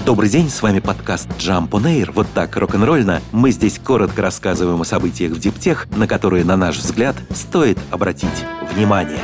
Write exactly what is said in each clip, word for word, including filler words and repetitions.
Добрый день, с вами подкаст Jump on Air. Вот так рок-н-ролльно. Мы здесь коротко рассказываем о событиях в диптех, на которые, на наш взгляд, стоит обратить внимание.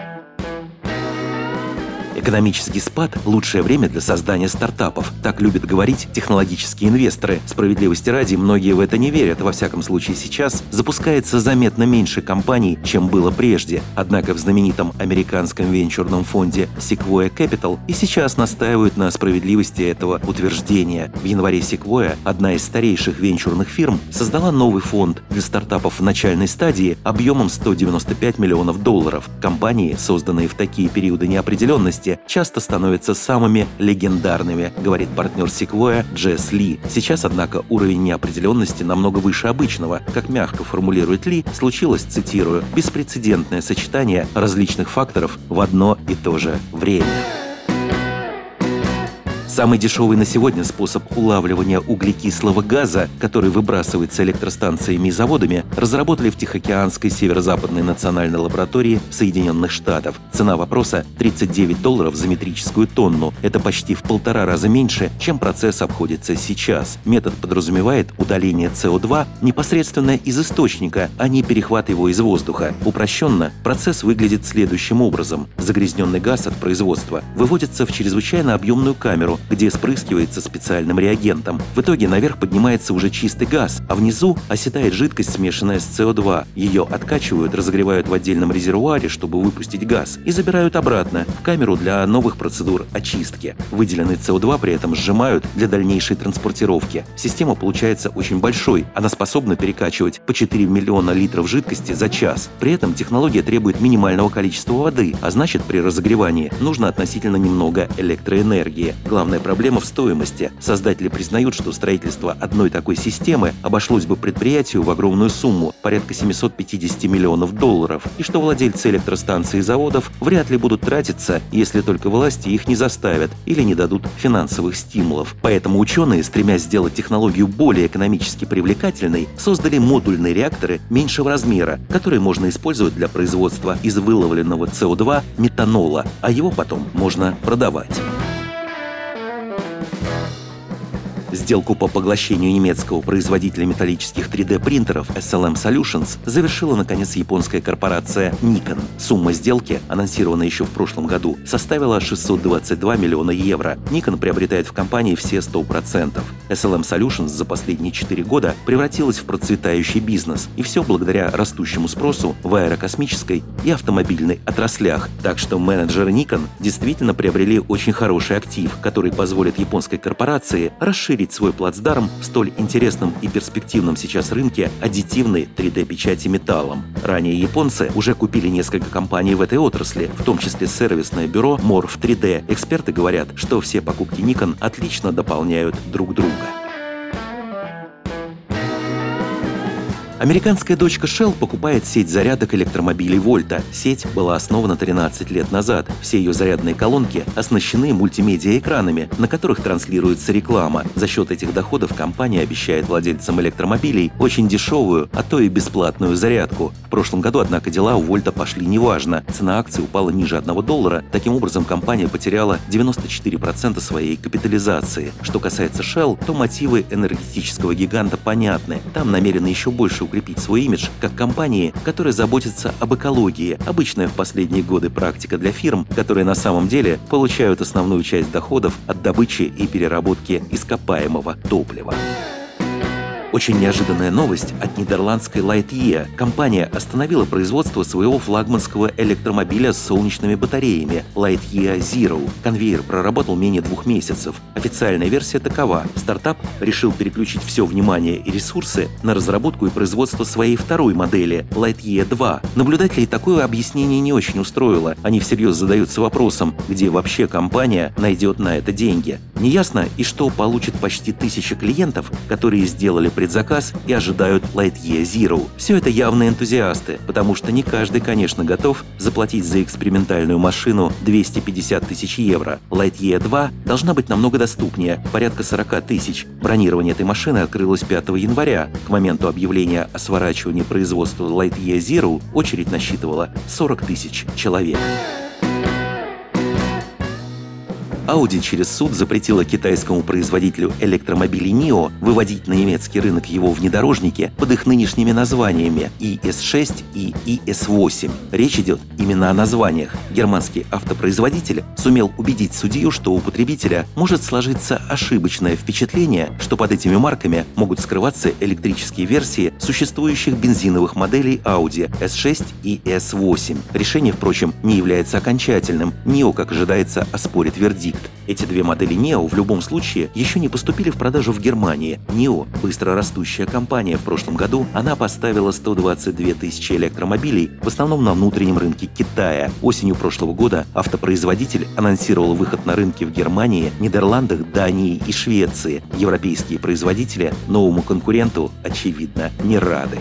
Экономический спад – лучшее время для создания стартапов. Так любят говорить технологические инвесторы. Справедливости ради, многие в это не верят. Во всяком случае, сейчас запускается заметно меньше компаний, чем было прежде. Однако в знаменитом американском венчурном фонде Sequoia Capital и сейчас настаивают на справедливости этого утверждения. В январе Sequoia, одна из старейших венчурных фирм, создала новый фонд для стартапов в начальной стадии объемом сто девяносто пять миллионов долларов. Компании, созданные в такие периоды неопределенности, часто становятся самыми легендарными, говорит партнер Sequoia Джесс Ли. Сейчас, однако, уровень неопределенности намного выше обычного. Как мягко формулирует Ли, случилось, цитирую, «беспрецедентное сочетание различных факторов в одно и то же время». Самый дешевый на сегодня способ улавливания углекислого газа, который выбрасывается электростанциями и заводами, разработали в Тихоокеанской северо-западной национальной лаборатории Соединенных Штатов. Цена вопроса – тридцать девять долларов за метрическую тонну. Это почти в полтора раза меньше, чем процесс обходится сейчас. Метод подразумевает удаление си о два непосредственно из источника, а не перехват его из воздуха. Упрощенно, процесс выглядит следующим образом. Загрязненный газ от производства выводится в чрезвычайно объемную камеру, где спрыскивается специальным реагентом. В итоге наверх поднимается уже чистый газ, а внизу оседает жидкость, смешанная с си о два. Ее откачивают, разогревают в отдельном резервуаре, чтобы выпустить газ, и забирают обратно в камеру для новых процедур очистки. Выделенный си о два при этом сжимают для дальнейшей транспортировки. Система получается очень большой. Она способна перекачивать по четыре миллиона литров жидкости за час. При этом технология требует минимального количества воды, а значит, при разогревании нужно относительно немного электроэнергии. Главное проблема в стоимости. Создатели признают, что строительство одной такой системы обошлось бы предприятию в огромную сумму, порядка семьсот пятьдесят миллионов долларов, и что владельцы электростанций и заводов вряд ли будут тратиться, если только власти их не заставят или не дадут финансовых стимулов. Поэтому ученые, стремясь сделать технологию более экономически привлекательной, создали модульные реакторы меньшего размера, которые можно использовать для производства из выловленного си о два метанола, а его потом можно продавать. Сделку по поглощению немецкого производителя металлических три дэ-принтеров эс эл эм Solutions завершила, наконец, японская корпорация Nikon. Сумма сделки, анонсированная еще в прошлом году, составила шестьсот двадцать два миллиона евро. Nikon приобретает в компании все сто процентов. эс эл эм Solutions за последние четыре года превратилась в процветающий бизнес, и все благодаря растущему спросу в аэрокосмической и автомобильной отраслях. Так что менеджеры Nikon действительно приобрели очень хороший актив, который позволит японской корпорации расширить свой плацдарм в столь интересном и перспективном сейчас рынке аддитивной три дэ-печати металлом. Ранее японцы уже купили несколько компаний в этой отрасли, в том числе сервисное бюро Morph три дэ. Эксперты говорят, что все покупки Nikon отлично дополняют друг друга. Американская дочка Shell покупает сеть зарядок электромобилей Volta. Сеть была основана тринадцать лет назад. Все ее зарядные колонки оснащены мультимедиа-экранами, на которых транслируется реклама. За счет этих доходов компания обещает владельцам электромобилей очень дешевую, а то и бесплатную зарядку. В прошлом году, однако, дела у Volta пошли неважно. Цена акций упала ниже одного доллара. Таким образом, компания потеряла девяносто четыре процента своей капитализации. Что касается Shell, то мотивы энергетического гиганта понятны. Там намерены еще больше укрепить свой имидж как компании, которая заботится об экологии. Обычная в последние годы практика для фирм, которые на самом деле получают основную часть доходов от добычи и переработки ископаемого топлива. Очень неожиданная новость от нидерландской Lightyear. Компания остановила производство своего флагманского электромобиля с солнечными батареями Lightyear Zero. Конвейер проработал менее двух месяцев. Официальная версия такова. Стартап решил переключить все внимание и ресурсы на разработку и производство своей второй модели Lightyear два. Наблюдателей такое объяснение не очень устроило. Они всерьез задаются вопросом, где вообще компания найдет на это деньги. Неясно и что получит почти тысяча клиентов, которые сделали предзаказ и ожидают Lightyear Zero. Все это явные энтузиасты, потому что не каждый, конечно, готов заплатить за экспериментальную машину двести пятьдесят тысяч евро. Lightyear два должна быть намного доступнее, порядка сорок тысяч. Бронирование этой машины открылось пятого января. К моменту объявления о сворачивании производства Lightyear Zero очередь насчитывала сорок тысяч человек. Audi через суд запретила китайскому производителю электромобилей нио выводить на немецкий рынок его внедорожники под их нынешними названиями и эс шесть и и эс восемь. Речь идет именно о названиях. Германский автопроизводитель сумел убедить судью, что у потребителя может сложиться ошибочное впечатление, что под этими марками могут скрываться электрические версии существующих бензиновых моделей Audi эс шесть и эс восемь. Решение, впрочем, не является окончательным. нио, как ожидается, оспорит вердикт. Эти две модели нио в любом случае еще не поступили в продажу в Германии. нио – быстро растущая компания. В прошлом году она поставила сто двадцать две тысячи электромобилей, в основном на внутреннем рынке Китая. Осенью прошлого года автопроизводитель анонсировал выход на рынки в Германии, Нидерландах, Дании и Швеции. Европейские производители новому конкуренту, очевидно, не рады.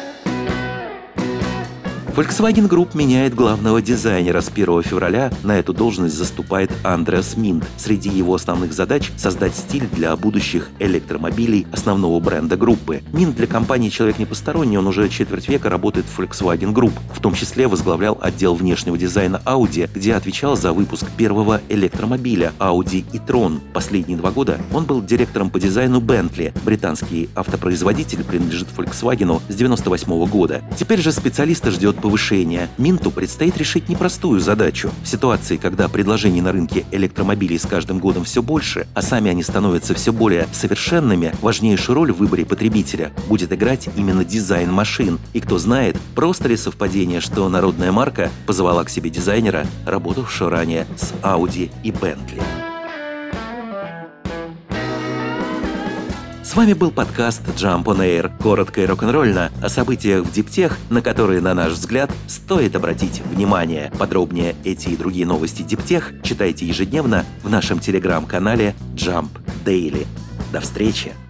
Volkswagen Group меняет главного дизайнера. С первого февраля на эту должность заступает Андреас Минт. Среди его основных задач – создать стиль для будущих электромобилей основного бренда группы. Минт для компании человек не посторонний, он уже четверть века работает в Volkswagen Group. В том числе возглавлял отдел внешнего дизайна Audi, где отвечал за выпуск первого электромобиля Audi e-tron. Последние два года он был директором по дизайну Bentley. Британский автопроизводитель принадлежит Volkswagen с девяносто восьмого года. Теперь же специалиста ждет повышения. Минту предстоит решить непростую задачу. В ситуации, когда предложений на рынке электромобилей с каждым годом все больше, а сами они становятся все более совершенными, важнейшую роль в выборе потребителя будет играть именно дизайн машин. И кто знает, просто ли совпадение, что народная марка позвала к себе дизайнера, работавшего ранее с Audi и Bentley. С вами был подкаст Jump on Air. Коротко и рок-н-ролльно о событиях в диптех, на которые, на наш взгляд, стоит обратить внимание. Подробнее эти и другие новости диптех читайте ежедневно в нашем телеграм-канале Jump Daily. До встречи!